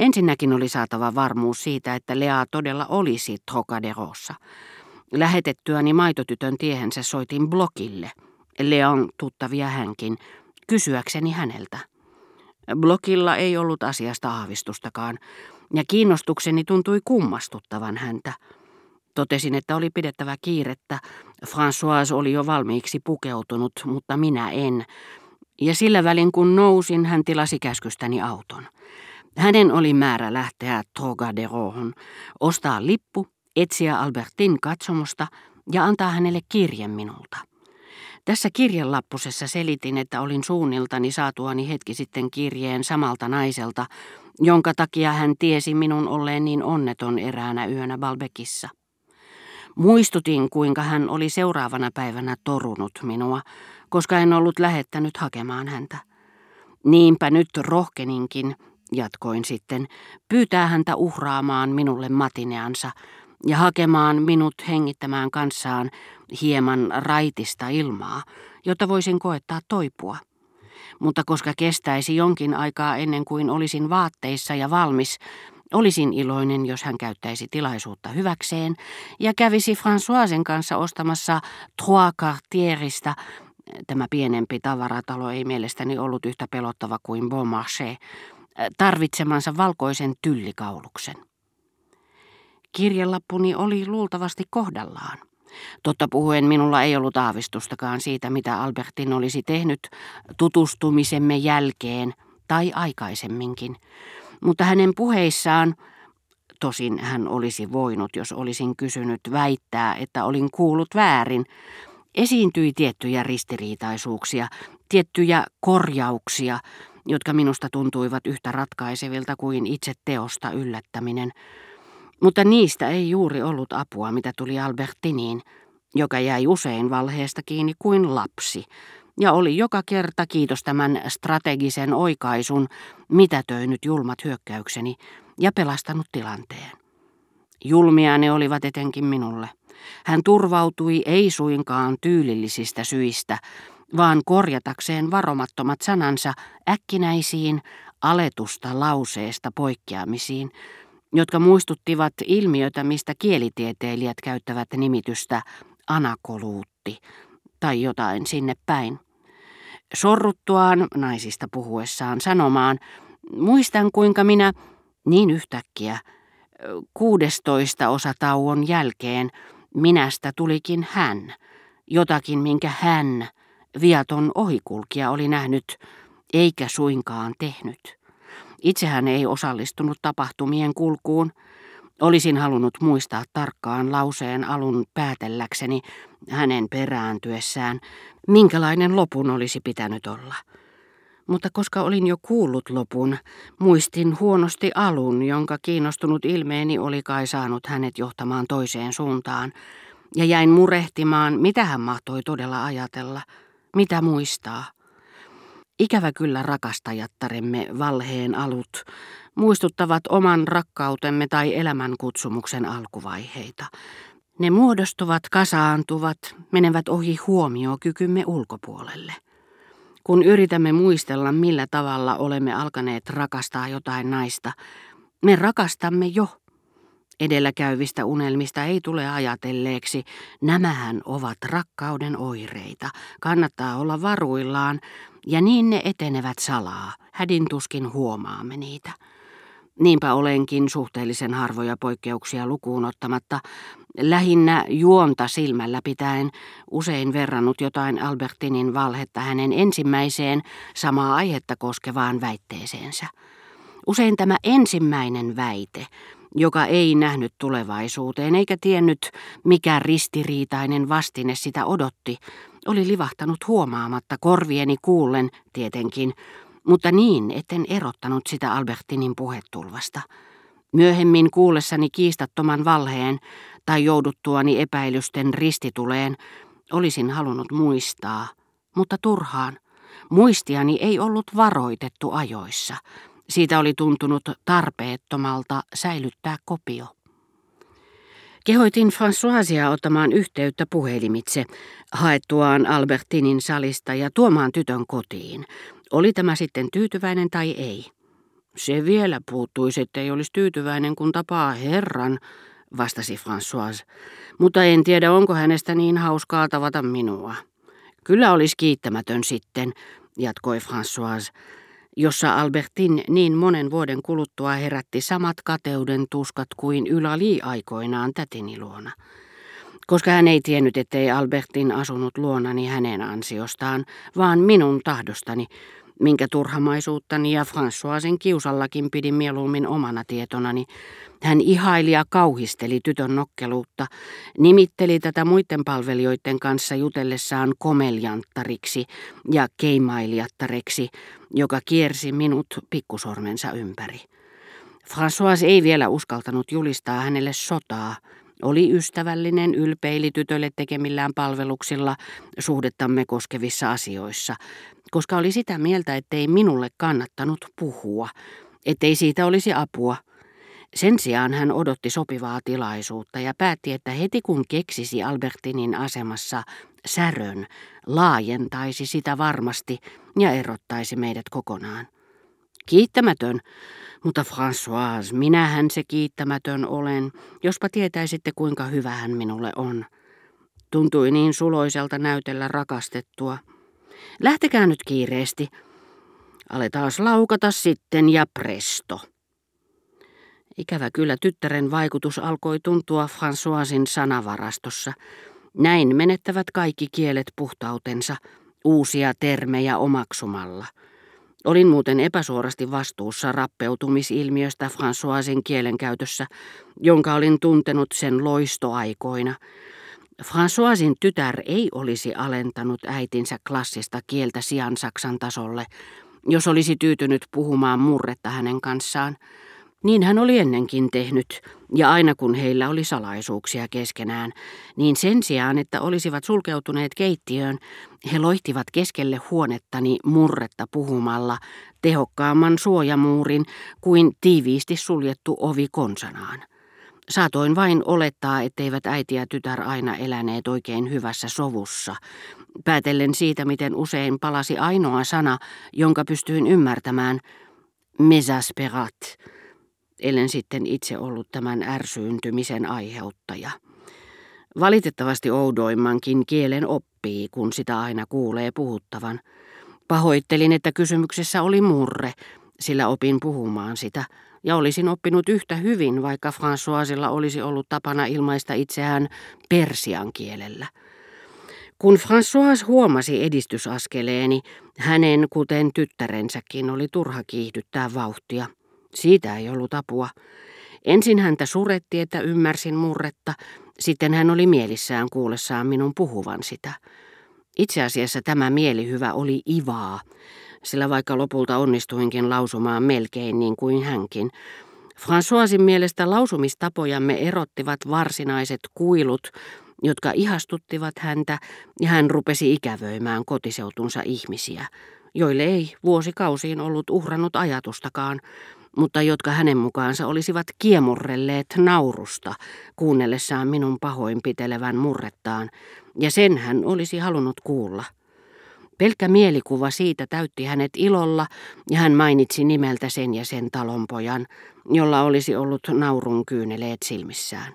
Ensinnäkin oli saatava varmuus siitä, että Lea todella olisi Trocaderossa. Lähetettyäni maitotytön tiehensä soitin Blokille, Leon tuttavia hänkin, kysyäkseni häneltä. Blokilla ei ollut asiasta aavistustakaan, ja kiinnostukseni tuntui kummastuttavan häntä. Totesin, että oli pidettävä kiirettä. Françoise oli jo valmiiksi pukeutunut, mutta minä en. Ja sillä välin kun nousin, hän tilasi käskystäni auton. Hänen oli määrä lähteä Trocaderoon, ostaa lippu, etsiä Albertin katsomosta ja antaa hänelle kirje minulta. Tässä kirjelappusessa selitin, että olin suunniltani saatuani hetki sitten kirjeen samalta naiselta, jonka takia hän tiesi minun olleen niin onneton eräänä yönä Balbekissa. Muistutin, kuinka hän oli seuraavana päivänä torunut minua, koska en ollut lähettänyt hakemaan häntä. Niinpä nyt rohkeninkin, jatkoin sitten, pyytää häntä uhraamaan minulle matineansa ja hakemaan minut hengittämään kanssaan hieman raitista ilmaa, jotta voisin koettaa toipua. Mutta koska kestäisi jonkin aikaa ennen kuin olisin vaatteissa ja valmis, olisin iloinen, jos hän käyttäisi tilaisuutta hyväkseen ja kävisi Françoisen kanssa ostamassa Trois Quartierista. Tämä pienempi tavaratalo ei mielestäni ollut yhtä pelottava kuin Bon Marché, tarvitsemansa valkoisen tyllikauluksen. Kirjelappuni oli luultavasti kohdallaan. Totta puhuen minulla ei ollut aavistustakaan siitä, mitä Albertin olisi tehnyt tutustumisemme jälkeen tai aikaisemminkin. Mutta hänen puheissaan, tosin hän olisi voinut, jos olisin kysynyt, väittää, että olin kuullut väärin, esiintyi tiettyjä ristiriitaisuuksia, tiettyjä korjauksia, jotka minusta tuntuivat yhtä ratkaisevilta kuin itse teosta yllättäminen. Mutta niistä ei juuri ollut apua, mitä tuli Albertiniin, joka jäi usein valheesta kiinni kuin lapsi, ja oli joka kerta, kiitos tämän strategisen oikaisun, mitätöinyt julmat hyökkäykseni ja pelastanut tilanteen. Julmia ne olivat etenkin minulle. Hän turvautui ei suinkaan tyylillisistä syistä, vaan korjatakseen varomattomat sanansa äkkinäisiin, aletusta lauseesta poikkeamisiin, jotka muistuttivat ilmiötä, mistä kielitieteilijät käyttävät nimitystä anakoluutti tai jotain sinne päin. Sorruttuaan naisista puhuessaan sanomaan, muistan kuinka minä niin yhtäkkiä 16 osatauon jälkeen minästä tulikin hän, jotakin minkä hän, viaton ohikulkija, oli nähnyt eikä suinkaan tehnyt. Itsehän ei osallistunut tapahtumien kulkuun. Olisin halunnut muistaa tarkkaan lauseen alun päätelläkseni hänen perääntyessään, minkälainen lopun olisi pitänyt olla. Mutta koska olin jo kuullut lopun, muistin huonosti alun, jonka kiinnostunut ilmeeni oli kai saanut hänet johtamaan toiseen suuntaan, ja jäin murehtimaan, mitä hän mahtoi todella ajatella, mitä muistaa. Ikävä kyllä rakastajattaremme valheen alut muistuttavat oman rakkautemme tai elämänkutsumuksen alkuvaiheita. Ne muodostuvat, kasaantuvat, menevät ohi huomiokykymme ulkopuolelle. Kun yritämme muistella, millä tavalla olemme alkaneet rakastaa jotain naista, me rakastamme jo. Edelläkäyvistä unelmista ei tule ajatelleeksi, nämähän ovat rakkauden oireita, kannattaa olla varuillaan, ja niin ne etenevät salaa, hädin tuskin huomaamme niitä. Niinpä olenkin suhteellisen harvoja poikkeuksia lukuun ottamatta, lähinnä juonta silmällä pitäen, usein verrannut jotain Albertinin valhetta hänen ensimmäiseen samaa aihetta koskevaan väitteeseensä. Usein tämä ensimmäinen väite, joka ei nähnyt tulevaisuuteen eikä tiennyt, mikä ristiriitainen vastine sitä odotti, oli livahtanut huomaamatta korvieni kuullen tietenkin, mutta niin, etten erottanut sitä Albertinin puhetulvasta. Myöhemmin kuullessani kiistattoman valheen tai jouduttuani epäilysten ristituleen, olisin halunnut muistaa, mutta turhaan. Muistiani ei ollut varoitettu ajoissa. Siitä oli tuntunut tarpeettomalta säilyttää kopio. Kehoitin Françoisia ottamaan yhteyttä puhelimitse, haettuaan Albertinin salista ja tuomaan tytön kotiin. Oli tämä sitten tyytyväinen tai ei. Se vielä puuttuisi, ettei olisi tyytyväinen, kun tapaa herran, vastasi Françoise. Mutta en tiedä, onko hänestä niin hauskaa tavata minua. Kyllä olisi kiittämätön sitten, jatkoi Françoise, jossa Albertine niin monen vuoden kuluttua herätti samat kateuden tuskat kuin Eulalie aikoinaan tätini luona. Koska hän ei tiennyt, ettei Albertine asunut luonani hänen ansiostaan, vaan minun tahdostani, minkä turhamaisuuttani ja Françoisen kiusallakin pidin mieluummin omana tietonani. Hän ihaili ja kauhisteli tytön nokkeluutta, nimitteli tätä muiden palvelijoiden kanssa jutellessaan komeljanttariksi ja keimailijattareksi, joka kiersi minut pikkusormensa ympäri. François ei vielä uskaltanut julistaa hänelle sotaa. Oli ystävällinen, ylpeili tytölle tekemillään palveluksilla suhdettamme koskevissa asioissa, koska oli sitä mieltä, ettei minulle kannattanut puhua, ettei siitä olisi apua. Sen sijaan hän odotti sopivaa tilaisuutta ja päätti, että heti kun keksisi Albertinin asemassa särön, laajentaisi sitä varmasti ja erottaisi meidät kokonaan. Kiittämätön, mutta Françoise, minähän se kiittämätön olen, jospa tietäisitte kuinka hyvä hän minulle on. Tuntui niin suloiselta näytellä rakastettua. Lähtekää nyt kiireesti. Aletaan laukata sitten ja presto. Ikävä kyllä tyttären vaikutus alkoi tuntua Françoisin sanavarastossa. Näin menettävät kaikki kielet puhtautensa, uusia termejä omaksumalla. Olin muuten epäsuorasti vastuussa rappeutumisilmiöstä Françoisin kielenkäytössä, jonka olin tuntenut sen loistoaikoina. Françoisin tytär ei olisi alentanut äitinsä klassista kieltä siansaksan tasolle, jos olisi tyytynyt puhumaan murretta hänen kanssaan. Niin hän oli ennenkin tehnyt, ja aina kun heillä oli salaisuuksia keskenään, niin sen sijaan, että olisivat sulkeutuneet keittiöön, he loihtivat keskelle huonettani murretta puhumalla tehokkaamman suojamuurin kuin tiiviisti suljettu ovi konsanaan. Saatoin vain olettaa, etteivät äiti ja tytär aina eläneet oikein hyvässä sovussa, päätellen siitä, miten usein palasi ainoa sana, jonka pystyin ymmärtämään, mesasperat, ellen sitten itse ollut tämän ärsyyntymisen aiheuttaja. Valitettavasti oudoimmankin kielen oppii, kun sitä aina kuulee puhuttavan. Pahoittelin, että kysymyksessä oli murre, sillä opin puhumaan sitä, ja olisin oppinut yhtä hyvin, vaikka Françoisilla olisi ollut tapana ilmaista itseään persian kielellä. Kun François huomasi edistysaskeleeni, hänen kuten tyttärensäkin oli turha kiihdyttää vauhtia. Siitä ei ollut apua. Ensin häntä suretti, että ymmärsin murretta, sitten hän oli mielissään kuullessaan minun puhuvan sitä. Itse asiassa tämä mielihyvä oli ivaa, sillä vaikka lopulta onnistuinkin lausumaan melkein niin kuin hänkin, Françoisin mielestä lausumistapojamme erottivat varsinaiset kuilut, jotka ihastuttivat häntä, ja hän rupesi ikävöimään kotiseutunsa ihmisiä, joille ei vuosikausiin ollut uhrannut ajatustakaan, mutta jotka hänen mukaansa olisivat kiemurrelleet naurusta kuunnellessaan minun pahoinpitelevän murrettaan, ja sen hän olisi halunnut kuulla. Pelkkä mielikuva siitä täytti hänet ilolla, ja hän mainitsi nimeltä sen ja sen talonpojan, jolla olisi ollut naurun kyyneleet silmissään.